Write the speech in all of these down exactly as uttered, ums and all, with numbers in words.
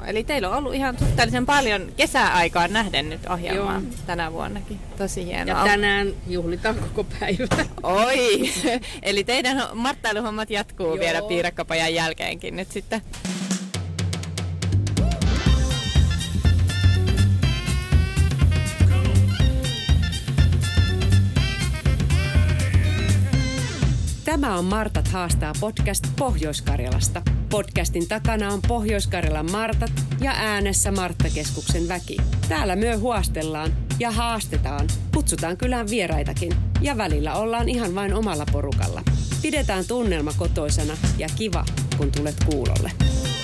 eli teillä on ollut ihan suhteellisen paljon kesäaikaan nähden nyt ohjelmaa. Joo. Tänä vuonnakin. Tosi hienoa. Ja tänään juhlitaan koko päivä. Oi! Eli teidän marttailuhommat jatkuu Joo. vielä piirakkapajan jälkeenkin nyt sitten. Tämä on Martat haastaa podcast Pohjois-Karjalasta. Podcastin takana on Pohjois-Karjalan Martat ja äänessä Marttakeskuksen väki. Täällä myö huostellaan ja haastetaan, kutsutaan kylään vieraitakin ja välillä ollaan ihan vain omalla porukalla. Pidetään tunnelma kotoisana ja kiva, kun tulet kuulolle.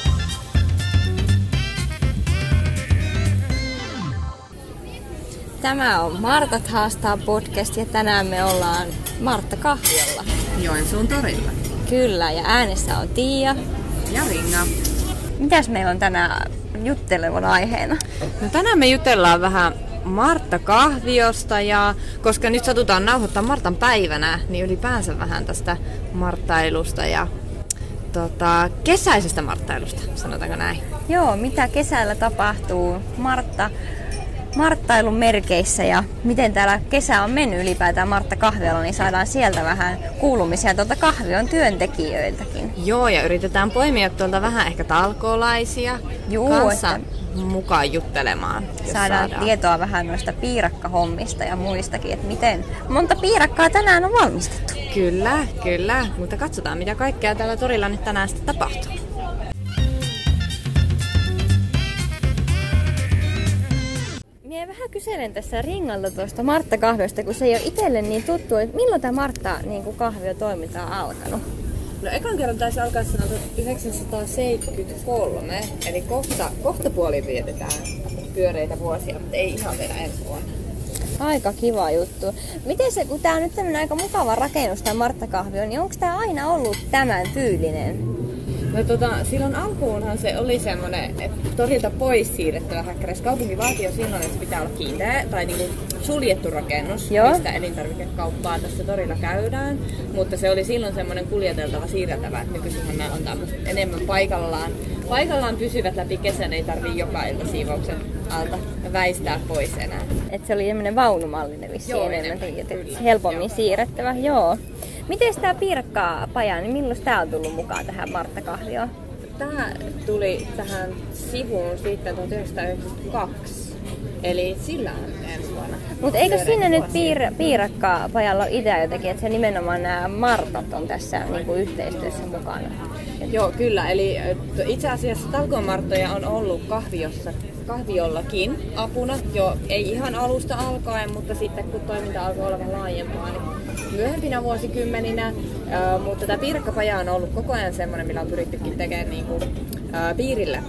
Tämä on Martat haastaa podcast ja tänään me ollaan Martta Kahviolla. Joensuun torilla. Kyllä, ja äänessä on Tiia. Ja Ringa. Mitäs meillä on tänään juttelevan aiheena? No tänään me jutellaan vähän Martta Kahviosta ja koska nyt satutaan nauhoittaa Martan päivänä, niin ylipäänsä vähän tästä marttailusta ja tota, kesäisestä marttailusta, sanotaanko näin? Joo, mitä kesällä tapahtuu Martta marttailun merkeissä ja miten täällä kesä on mennyt ylipäätään Martta Kahviolla, niin saadaan sieltä vähän kuulumisia tuolta kahvion työntekijöiltäkin. Joo, ja yritetään poimia tuolta vähän ehkä talkoolaisia Juu, kanssa että mukaan juttelemaan. Saadaan, saadaan tietoa vähän noista piirakkahommista ja muistakin, että miten monta piirakkaa tänään on valmistettu. Kyllä, kyllä, mutta katsotaan mitä kaikkea täällä torilla nyt tänään sitten tapahtuu. Minä vähän kyselen tässä Ringalta tuosta Martta Kahviosta, kun se ei ole itselle niin tuttu, että milloin tämä Martta niin kuin kahviotoiminta on alkanut? No ekan kerran taisi alkaa tuhatyhdeksänsataaseitsemänkymmentäkolme, eli kohta, kohta puoli vietetään pyöreitä vuosia, mutta ei ihan vielä ensi vuonna. Aika kiva juttu. Miten se, kun tämä on nyt tämmöinen aika mukava rakennus, tämä Martta Kahvio, niin onko tämä aina ollut tämän tyylinen? No tota, silloin alkuunhan se oli semmoinen, että torilta pois siirrettävä häkkäräis. Kaupunki vaati jo silloin, että se pitää olla kiinteä tai niinku suljettu rakennus, Joo. mistä elintarvikekauppaa tässä torilla käydään. Mutta se oli silloin semmoinen kuljeteltava, siirrettävä, että nykyisinhän nämä on tämmöiset enemmän paikallaan. Paikallaan pysyvät läpi kesän, ei tarvii joka ilta siivouksen alta väistää pois enää. Et se oli tämmöinen vaunumallinen vissiin Joo, enemmän, enemmän että helpommin Joo. siirrettävä. Joo. Miten tämä piirakkapaja, niin milloin tämä on tullut mukaan tähän Martta Kahvioon? Tämä tuli tähän sivuun sitten tuhatyhdeksänsataayhdeksänkymmentäkaksi, eli sillä on ensi vuonna. Mutta eikö sinne nyt piir- piirakkapajalla ole idea jotenkin, että se nimenomaan nämä Martat on tässä niinku yhteistyössä mukana? Joo, kyllä. Eli itse asiassa talkoomarttoja on ollut kahviossa, kahviollakin apuna, jo ei ihan alusta alkaen, mutta sitten kun toiminta alkoi olla vähän laajempaa, niin myöhempinä vuosikymmeninä. Äh, mutta tämä piirakkapaja on ollut koko ajan semmoinen, millä on pyrittykin tekemään niin kuin, äh, piirille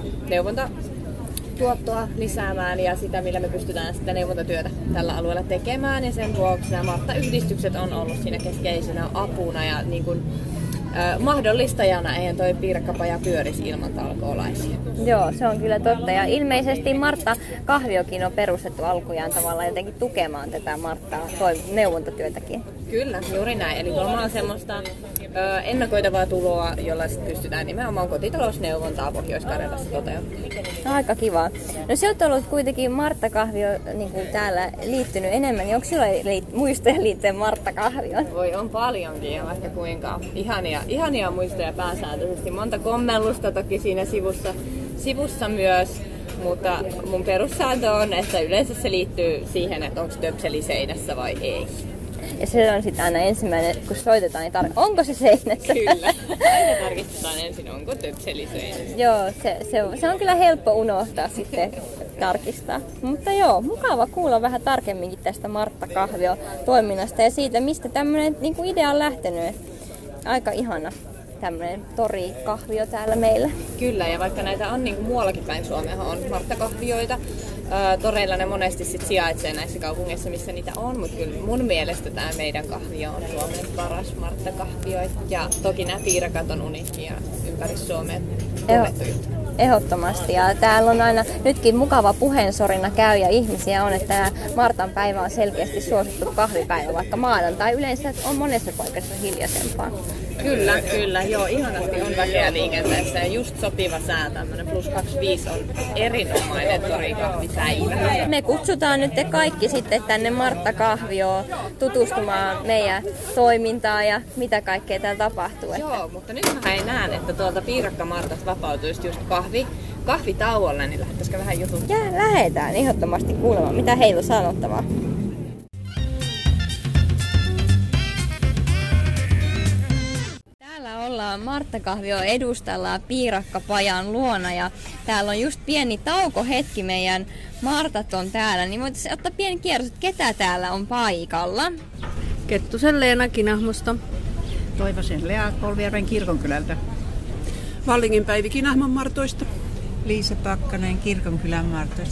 neuvontatuottoa lisäämään ja sitä, millä me pystytään sitä neuvontatyötä tällä alueella tekemään. Ja sen vuoksi nämä Martta-yhdistykset on ollut siinä keskeisenä apuna ja niin kuin, äh, mahdollistajana. Eihän toi piirakkapaja pyörisi ilman talkoolaisia. Joo, se on kyllä totta. Ja ilmeisesti Martta Kahviokin on perustettu alkujaan tavallaan jotenkin tukemaan tätä Marttaa neuvontatyötäkin. Kyllä, juuri näin. Eli tuomaan semmoista ö, ennakoitavaa tuloa, jolla sit pystytään nimenomaan kotitalousneuvontaa Pohjois-Karjalassa toteuttamaan. Aika kiva. No se on ollut kuitenkin Martta Kahvio niin kuin täällä liittynyt enemmän, niin onko sinulla liit- muistoja liittyen Martta Kahvioon? Voi, on paljonkin ja vaikka kuinka. Ihania, ihania muistoja pääsääntöisesti. Monta kommellusta toki siinä sivussa, sivussa myös. Mutta mun perussääntö on, että yleensä se liittyy siihen, että onko töpseli seinässä vai ei. Ja se on sitten aina ensimmäinen, kun soitetaan, niin tar- onko se seinässä? Kyllä. Aina tarkistetaan ensin, onko töpseli seinässä. Joo, se, se, on, se on kyllä helppo unohtaa sitten tarkistaa. Mutta joo, mukava kuulla vähän tarkemminkin tästä Martta Kahvio toiminnasta ja siitä, mistä tämmöinen niin kuin idea on lähtenyt. Aika ihana tämmöinen torikahvio täällä meillä. Kyllä, ja vaikka näitä on niin kuin muuallakin päin Suomea on Martta-kahvioita, toreilla ne monesti sit sijaitsee näissä kaupungeissa, missä niitä on, mutta kyllä mun mielestä tämä meidän kahvio on Suomen paras Martta-kahvio. Ja toki nämä piirakat on uniikkia ympäri Suomea tunnettu juttu. Ehdottomasti. Ja täällä on aina nytkin mukava puheensorina käy ja ihmisiä on, että tämä Martan päivä on selkeästi suosittu kahvipäivä, vaikka maanantai yleensä on monessa paikassa hiljaisempaa. Kyllä, kyllä. Joo, ihanasti on väkeä liikenteessä ja just sopiva sää, tämmönen plus kaksikymmentäviisi on erinomainen torikahvipäivä. Me kutsutaan nyt te kaikki sitten tänne Martta Kahvioon tutustumaan meidän toimintaan ja mitä kaikkea täällä tapahtuu. Että... Joo, mutta nyt mä en näen, että tuolta Piirakka Martasta vapautuisi just kahvi, kahvitauolle, niin lähtäisikö vähän jutut? Ja lähdetään ehdottomasti kuulemaan, mitä heillä on sanottavaa. Täällä ollaan Martta Kahvio edustalla Piirakkapajan luona ja täällä on just pieni taukohetki, meidän Martat on täällä, niin voitaisiin ottaa pieni kierros, että ketä täällä on paikalla. Kettusen Leena Kinahmosta. Toivosen Lea Kolvijärven Kirkonkylältä. Vallingin Päivi Kinahmon Martoista. Liisa Pakkanen Kirkonkylän Martoista.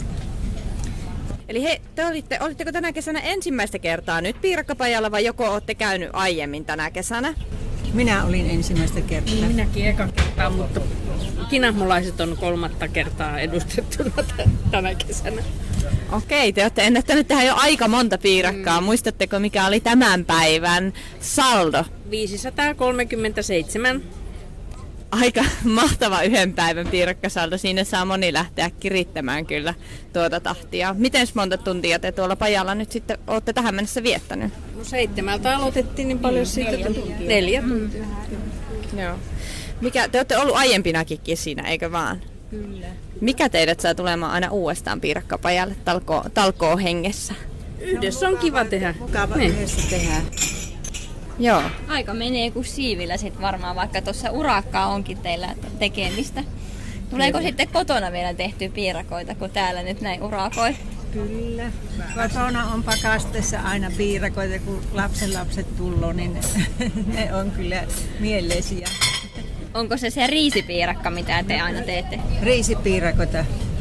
Eli he, te olitte, olitteko tänä kesänä ensimmäistä kertaa nyt Piirakkapajalla vai joko olette käynyt aiemmin tänä kesänä? Minä olin ensimmäistä kertaa. Minäkin eka kertaa, mutta kinahmolaiset on kolmatta kertaa edustettuna t- tänä kesänä. Okei, te olette ennättänyt tähän jo aika monta piirakkaa. Mm. Muistatteko mikä oli tämän päivän saldo? viisisataakolmekymmentäseitsemän. Aika mahtava yhden päivän piirakkasaldo. Siinä saa moni lähteä kirittämään kyllä tuota tahtia. Miten monta tuntia te tuolla pajalla nyt sitten olette tähän mennessä viettänyt? No seitsemältä aloitettiin, niin paljon siitä neljä tuntia. Neljä tuntia. Mm. Joo. Mikä, te olette ollut aiempinakin siinä, eikö vaan? Kyllä. Mikä teidät saa tulemaan aina uudestaan Piirakkapajalle talkoo, talkoo hengessä? Yhdessä on kiva tehdä. Mukava Niin. yhdessä tehdä. Joo. Aika menee kuin siivillä sit varmaan, vaikka tuossa urakkaa onkin teillä tekemistä. Tuleeko Kyllä. sitten kotona vielä tehtyä piirakoita, kun täällä nyt näin urakoi? Kyllä. Kotona on pakasteessa aina piirakoita, kun lapsen lapset tulloo, niin ne on kyllä mieleisiä. Onko se se riisipiirakka, mitä te aina teette? Riisipiirakoita.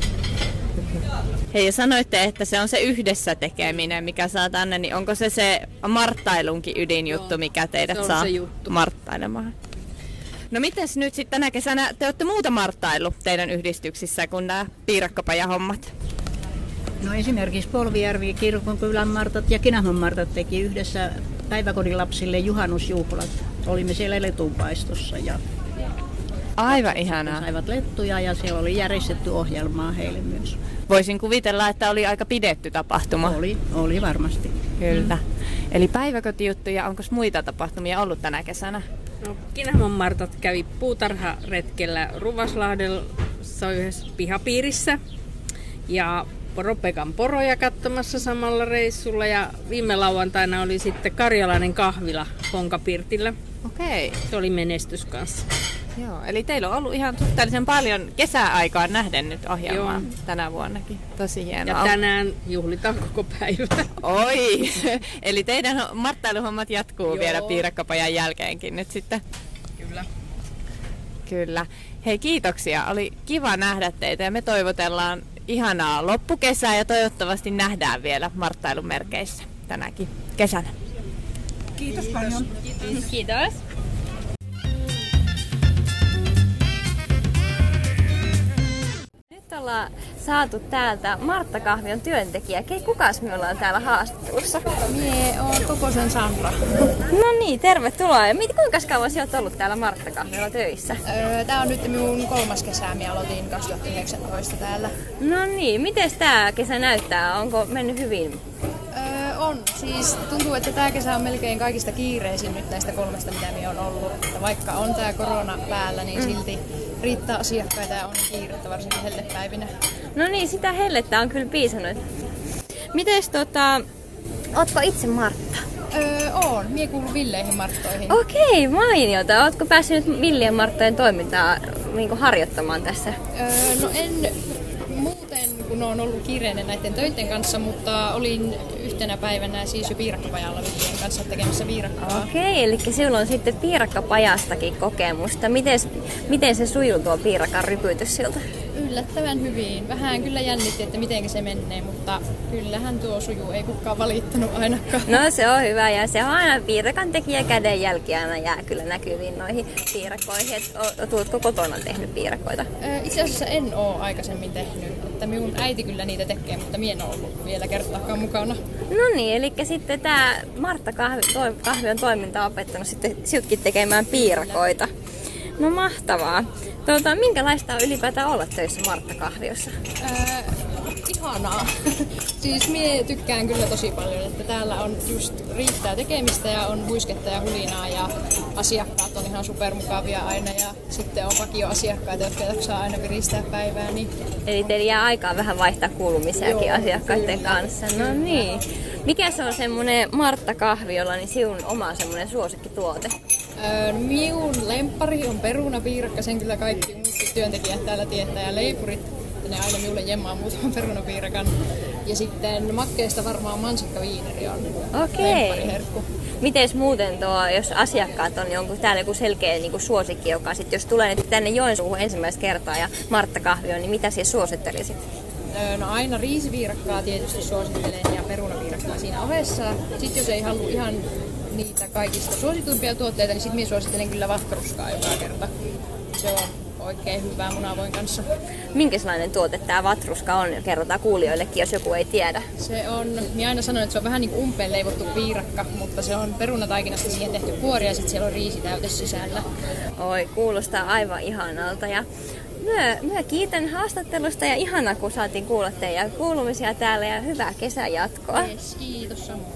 Hei, ja sanoitte, että se on se yhdessä tekeminen, mikä saa tänne, niin onko se se marttailunkin ydinjuttu, Joo, mikä teidät se on saa se juttu. marttailemaan? No mites nyt sitten tänä kesänä te olette muuta marttailu teidän yhdistyksissä kuin nämä piirakkapajahommat? No esimerkiksi Polvijärvi, Kirkonkylän Martat ja Kinahmon Martat teki yhdessä päiväkodin lapsille juhannusjuhlat. Olimme siellä letunpaistossa ja Aivan ihanaa. saivat lettuja ja siellä oli järjestetty ohjelmaa heille myös. Voisin kuvitella, että oli aika pidetty tapahtuma. Oli, oli varmasti. Kyllä. Eli päiväkotijuttuja, onko muita tapahtumia ollut tänä kesänä? No, Kinahmon Martat kävi puutarharetkellä Ruvaslahdessa yhdessä pihapiirissä ja Poropekan poroja katsomassa samalla reissulla ja viime lauantaina oli sitten karjalainen kahvila Honkapirtillä. Okei. Se oli menestys kanssa. Joo, eli teillä on ollut ihan suhteellisen paljon kesäaikaan nähden nyt ohjelmaa Joo. tänä vuonnakin. Tosi Ja hienoa. tänään juhlitaan koko päivä. Oi! Eli teidän marttailuhommat jatkuu Joo. vielä piirakkapajan jälkeenkin nyt sitten. Kyllä. Kyllä. Hei, kiitoksia. Oli kiva nähdä teitä ja me toivotellaan ihanaa loppukesää ja toivottavasti nähdään vielä marttailun merkeissä tänäkin kesänä. Kiitos paljon. Kiitos. Nyt ollaan saatu täältä Martta Kahvion työntekijä. Kei, kukas me ollaan täällä haastattelussa? Mie oon Kokosen Sandra. No niin, tervetuloa. Ja mit, kuinka kauan sä oot ollut täällä Martta Kahviolla töissä? Öö, Tää on nyt minun kolmas kesä, minä aloitin kaksituhattayhdeksäntoista täällä. No niin, miten tää kesä näyttää? Onko mennyt hyvin? Öö, on. Siis tuntuu, että tää kesä on melkein kaikista kiireisin nyt näistä kolmesta, mitä minä on ollut. Että vaikka on tää korona päällä, niin silti riittää asiakkaita ja on kiirettä, varsinkin hellepäivinä. No niin, sitä hellettä on kyllä piisannut. Mites tota, ootko itse Martta? Öö, oon. Mie kuulun Villeihin Marttoihin. Okei, mainiota. Ootko päässyt nyt Villien Marttojen toimintaa niin harjoittamaan tässä? Öö, no en muuten, kun on ollut kiireinen näiden töiden kanssa, mutta olin yhtenä päivänä siis jo piirakkapajalla Villien kanssa tekemässä piirakkaa. Okei, eli sinulla on sitten piirakkapajastakin kokemusta. Miten, miten se sujuu tuo piirakan rypytys siltä? yllättävän hyvin. Vähän kyllä jännitti, että miten se menee, mutta kyllähän tuo sujuu, ei kukaan valittanut ainakaan. No se on hyvä ja se on aina piirakan tekijä kädenjälki aina jää kyllä näkyviin noihin piirakoihin. Et tuutko kotona tehnyt piirakoita? Itse asiassa en oo aikaisemmin tehnyt. Että minun äiti kyllä niitä tekee, mutta minä en ole ollut vielä kertaakaan mukana. No niin, eli sitten tämä Martta Kahvi, toi, Kahvi on toiminta opettanut sitten sinutkin tekemään piirakoita. No mahtavaa. Tuota, minkälaista on ylipäätään olla töissä Martta Kahviossa? Ää, ihanaa. Siis mie tykkään kyllä tosi paljon, että täällä on just riittää tekemistä ja on huisketta ja hulinaa ja asiakkaat on ihan supermukavia aina ja sitten on vakioasiakkaita, jotka jaksaa aina viristää päivää. Niin... Eli teillä jää aikaa vähän vaihtaa kuulumisiakin Joo, asiakkaiden kyllä. kanssa. No niin. Mikä se on semmoinen Martta Kahviolla, niin sinun oma semmoinen suosikkituote? Öö, minun lemppari on perunapiirakka, sen kyllä kaikki muutkin työntekijät täällä tietää ja leipurit. Ne aina minulle jemmaa muutaman perunapiirakan. Ja sitten makkeista varmaan mansikkaviineri on lemppariherkku. Mites muuten tuo, jos asiakkaat on jonkun täällä joku selkeä niin kuin suosikki, joka sit, jos tulee nyt tänne Joensuuhun ensimmäistä kertaa ja Martta Kahvi on, niin mitä siellä suosittelisit? No aina riisipiirakkaa tietysti suosittelen ja perunapiirakkaa siinä ohessa. Sitten jos ei halua ihan niitä kaikista suosituimpia tuotteita, niin sitten minä suosittelen kyllä vatruskaa joka kerta. Se on oikein hyvää munavoin kanssa. Minkälainen tuote tämä vatruska on? Kerrotaan kuulijoillekin, jos joku ei tiedä. Se on, minä aina sanon, että se on vähän niin kuin umpeen leivottu piirakka, mutta se on perunataikinasta siihen tehty kuori ja sitten siellä on riisitäyte sisällä. Oi, kuulostaa aivan ihanalta. Ja Myö, myö kiitän haastattelusta ja ihana, kun saatiin kuulla teidän kuulumisia täällä ja hyvää kesänjatkoa. Yes, kiitos samoin.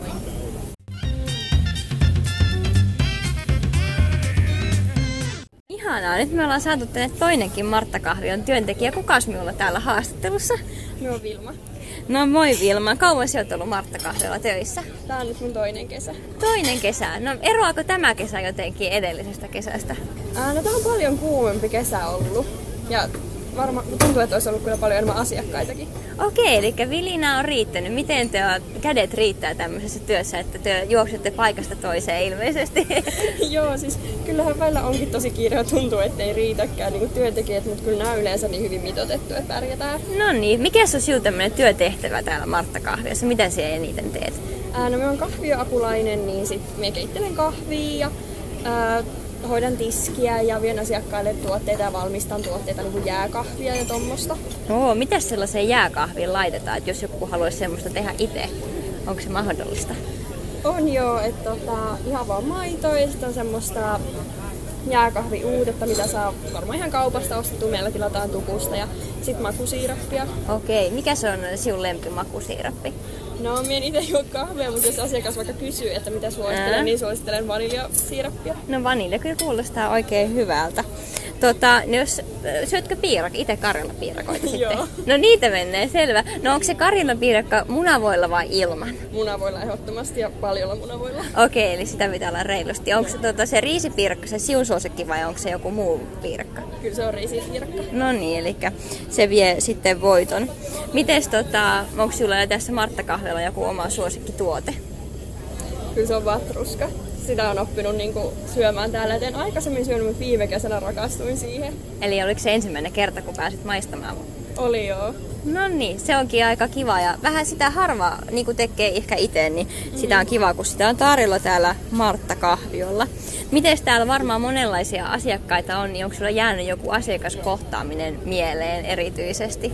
Ihanaa, nyt me ollaan saatu tänne toinenkin Martta Kahvion työntekijä. Kukas minulla täällä haastattelussa? Minä olen Vilma. No moi Vilma, kauan sinä olet ollut Martta Kahviolla töissä? Tämä on nyt mun toinen kesä. Toinen kesä. No eroako tämä kesä jotenkin edellisestä kesästä? Ää, no tämä on paljon kuumempi kesä ollut. Ja varmaan tuntuu, että olisi ollut kyllä paljon enemmän asiakkaitakin. Okei, eli vilinää on riittänyt. Miten te kädet riittää tämmöisessä työssä, että te juoksette paikasta toiseen ilmeisesti? Joo, siis kyllähän välillä onkin tosi kiire ja tuntuu, että ei riitäkään niin kuin työntekijät, mutta kyllä nämä on yleensä niin hyvin mitoitettu, että pärjätään. No niin, mikä on sinun tämmöinen työtehtävä täällä Martta Kahviossa? Mitä siellä eniten teet? Ää, no me on kahvioapulainen, niin sit me keittelen kahvia ja ää, hoidan tiskiä ja vien asiakkaille tuotteita ja valmistan tuotteita, niin kuin jääkahvia ja tommosta. Oo, mitäs sellaiseen jääkahviin laitetaan, että jos joku haluaisi semmoista tehdä itse? Onko se mahdollista? On joo, että tota, ihan vaan maitoa ja sitten on semmoista jääkahviuutetta, mitä saa varmaan ihan kaupasta ostettua. Meillä tilataan tukusta ja sitten makusiirappia. Okei, mikä se on sinun lempimakusiirappi? No, minä en itse juo kahvia, mutta jos asiakas vaikka kysyy, että mitä suosittelen, Ää. niin suosittelen vaniljasiirappia. No vanilja kyllä kuulostaa oikein hyvältä. Tota, jos, syötkö piirakka? Itse Karjala-piirakoita sitten? Joo. No niitä menee, selvä. No onko se Karjala-piirakka munavoilla vai ilman? Munavoilla ehdottomasti ja paljolla munavoilla. Okei, eli sitä pitää olla reilusti. Onko se, tota, se riisipiirakka se sinun suosikki vai onko se joku muu piirakka? Kyllä se on riisipiirakka. No niin, eli se vie sitten voiton. Mites tota, onko sinulla tässä Martta Kahviolla joku oma suosikkituote? Kyllä se on vatruska. Sitä on oppinut niinku syömään täällä. Et en aikaisemmin syönyt, mutta viime kesänä rakastuin siihen. Eli oliko se ensimmäinen kerta, kun pääsit maistamaan? Oli joo. No niin, se onkin aika kiva ja vähän sitä harva niin kuin tekee ehkä itse, niin mm-hmm. sitä on kiva, kun sitä on tarjolla täällä Martta Kahviolla. Miten täällä varmaan monenlaisia asiakkaita on, niin onko sulla jäänyt joku asiakaskohtaaminen mieleen erityisesti?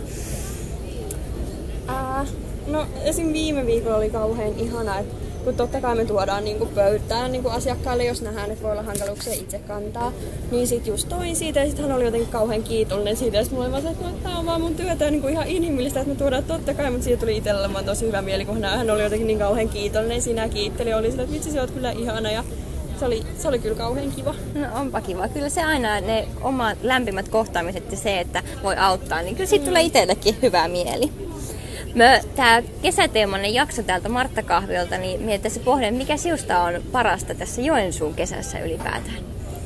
Äh, no esim. Viime viikolla oli kauhean ihana, että kun totta kai me tuodaan niinku pöytään niinku asiakkaille, jos nähdään, että voi olla hankaluuksia itse kantaa. Niin sit just toin siitä ja sit hän oli jotenkin kauhean kiitollinen siitä. Ja sit mulla oli vaan se, että no, tää on vaan mun työtä ja niinku ihan inhimillistä, että me tuodaan totta kai. Mutta siitä tuli itsellä vaan tosi hyvä mieli, kun hän oli jotenkin niin kauhean kiitollinen. Siinä kiitteli ja oli sillä, että vitsi sä oot kyllä ihana. Ja se oli, se oli kyllä kauhean kiva. No onpa kiva. Kyllä se aina ne omat lämpimät kohtaamiset ja se, että voi auttaa, niin kyllä siitä mm. tulee itsellekin hyvä mieli. Tämä kesäteemainen jakso täältä Martta Kahviolta, niin miettäisi pohdin, mikä sinusta on parasta tässä Joensuun kesässä ylipäätään?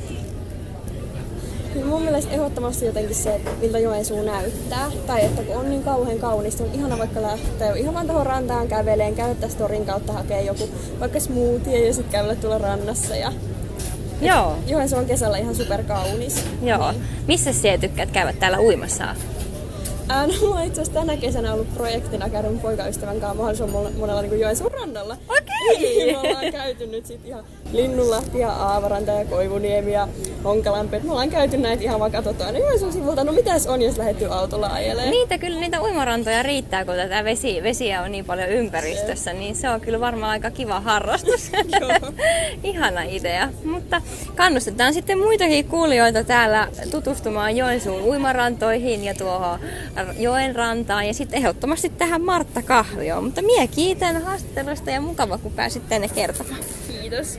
Kyllä mun mielestä ehdottomasti jotenkin se, että miltä Joensuu näyttää. Tai että kun on niin kauhean kaunis, on ihana vaikka lähteä ihan vaan tuohon rantaan käveleen, käydä tästä torin kautta hakea joku vaikka smoothie ja sitten kävellä tuolla rannassa. Ja Joo. Joensuu on kesällä ihan superkaunis. Joo. Niin. Missä sinä tykkäät käydä täällä uimassa? Ää, no, mulla on itse asiassa tänä kesänä ollut projektina käydä mun poikaystävän kanssa mahdollisimman monella niin Joensuun rannalla. Okei! Me ollaan käyty nyt sit ihan Linnunlahti ja Aavaranta ja Koivuniemi ja Honkalampi. Me ollaan käyty näitä ihan vaan katsotaan Joensuun sivulta. No mitäs on, jos lähdetty autolla ajelemaan? Niitä kyllä, niitä uimarantoja riittää, kun tätä vesi, vesiä on niin paljon ympäristössä, niin se on kyllä varmaan aika kiva harrastus. Ihana idea. Mutta kannustetaan sitten muitakin kuulijoita täällä tutustumaan Joensuun uimarantoihin ja tuohon joen rantaan ja sitten ehdottomasti tähän Martta Kahvioon. Mutta mie kiitän haastattelusta ja mukava, kun pääsit tänne kertomaan. Kiitos.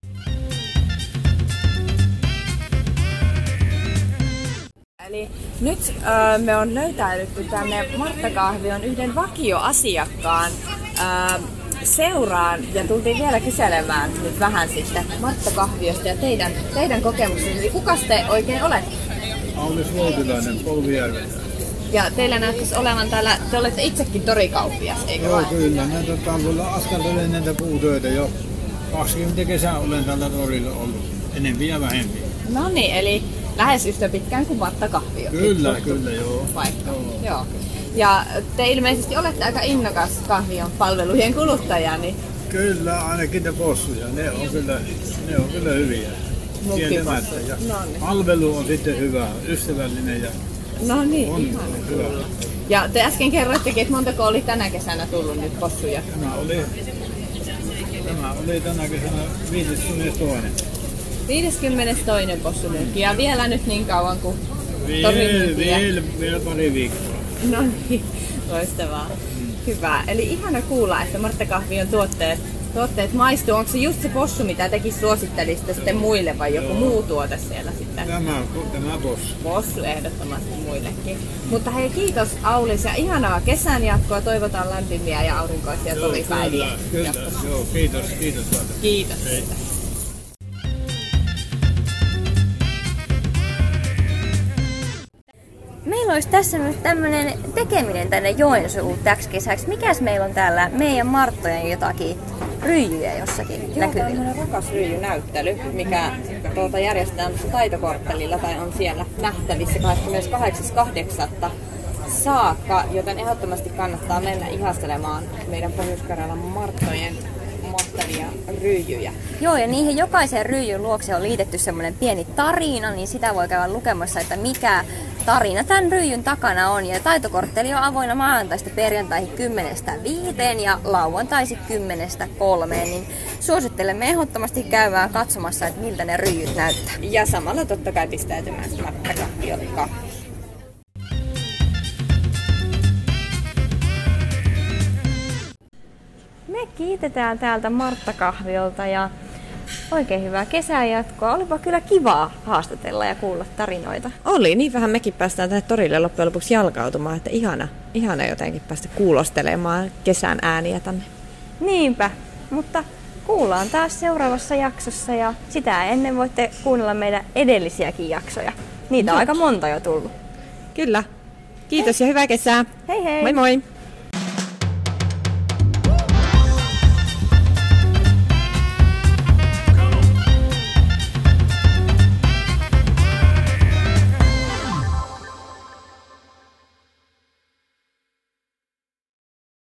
Eli nyt äh, me on löytäydytty tänne Martta Kahvion yhden vakioasiakkaan äh, seuraan ja tultiin vielä kyselemään nyt vähän sitten Martta Kahviosta ja teidän, teidän kokemuksista. Eli kukas te oikein olette? Aulis Voutilainen, Polvijärveltä. Ja teillä näyttäisi olevan täällä, te olette itsekin torikauppias, eikö Joo, vain? kyllä. Näitä talvella askeltelen näitä puutöitä jo. kaksikymmentä kesää olen tällä torilla ollut, enempi ja vähempi. No niin, eli lähes yhtä pitkään kuin Martta Kahvio. Kyllä, kyllä, joo. Paikka. Joo. Joo. Ja te ilmeisesti olette aika innokas kahvion palvelujen kuluttaja, niin Kyllä, ainakin ne possuja, ne on kyllä, ne on kyllä hyviä. Kieltämättä. Ja No niin. palvelu on sitten hyvä, ystävällinen ja no niin, on ihana. hyvä. Ja te äsken kerroittekin, että montako oli tänä kesänä tullut nyt possuja? Tämä oli, tämä oli tänä kesänä viideskymmenestoinen. viideskymmenestoinen possunyrkki ja vielä nyt niin kauan kuin Vielä, torimyyntiä. vielä, vielä pari viikkoa. No niin, loistavaa. Hyvä. Eli ihana kuulla, että Martta Kahvion tuotteet, tuotteet maistuu. Onko se just se possu, mitä tekin suosittelisitte sitten muille vai joku muu tuote siellä sitten? Tämä, tämä possu. Possu ehdottomasti muillekin. Mutta hei, kiitos Aulis ja ihanaa kesän jatkoa. Toivotaan lämpimiä ja aurinkoisia tulipäiviä. Kyllä, kyllä. Joo, kiitos, kiitos paljon. Kiitos. Hei. Meillä olisi tässä nyt tämmönen tekeminen tänne Joensuuhun täksi kesäksi. Mikäs meillä on täällä meidän Marttojen jotakin ryijyjä jossakin Joo, näkyvillä? tämmöinen rakas ryijynäyttely, mikä tuolta järjestetään tuossa taitokorttelilla tai on siellä nähtävissä kahdeskymmeneskahdeksas kahdeksatta saakka, joten ehdottomasti kannattaa mennä ihastelemaan meidän Pohjois-Karjalan Marttojen mahtavia ryijyjä. Joo, ja niihin jokaisen ryijyn luokse on liitetty semmoinen pieni tarina, niin sitä voi käydä lukemassa, että mikä tarina tämän ryijyn takana on. Ja taitokortteli on avoinna maanantaista perjantaihin kymmenestä viiteen ja lauantaisin kymmenestä kolmeen, niin suosittelemme ehdottomasti käymään katsomassa, että miltä ne ryijyt näyttää. Ja samalla totta kai pistäytymään Martta Kahvion kahviin. Me kiitetään täältä Martta Kahviolta ja oikein hyvää kesän jatkoa. Olipa kyllä kivaa haastatella ja kuulla tarinoita. Oli, niin vähän mekin päästään tänne torille loppujen lopuksi jalkautumaan, että ihana, ihana jotenkin päästä kuulostelemaan kesän ääniä tänne. Niinpä, mutta kuullaan taas seuraavassa jaksossa ja sitä ennen voitte kuunnella meidän edellisiäkin jaksoja. Niitä on aika monta jo tullut. Kyllä. Kiitos ja hyvää kesää. Hei hei! Moi moi!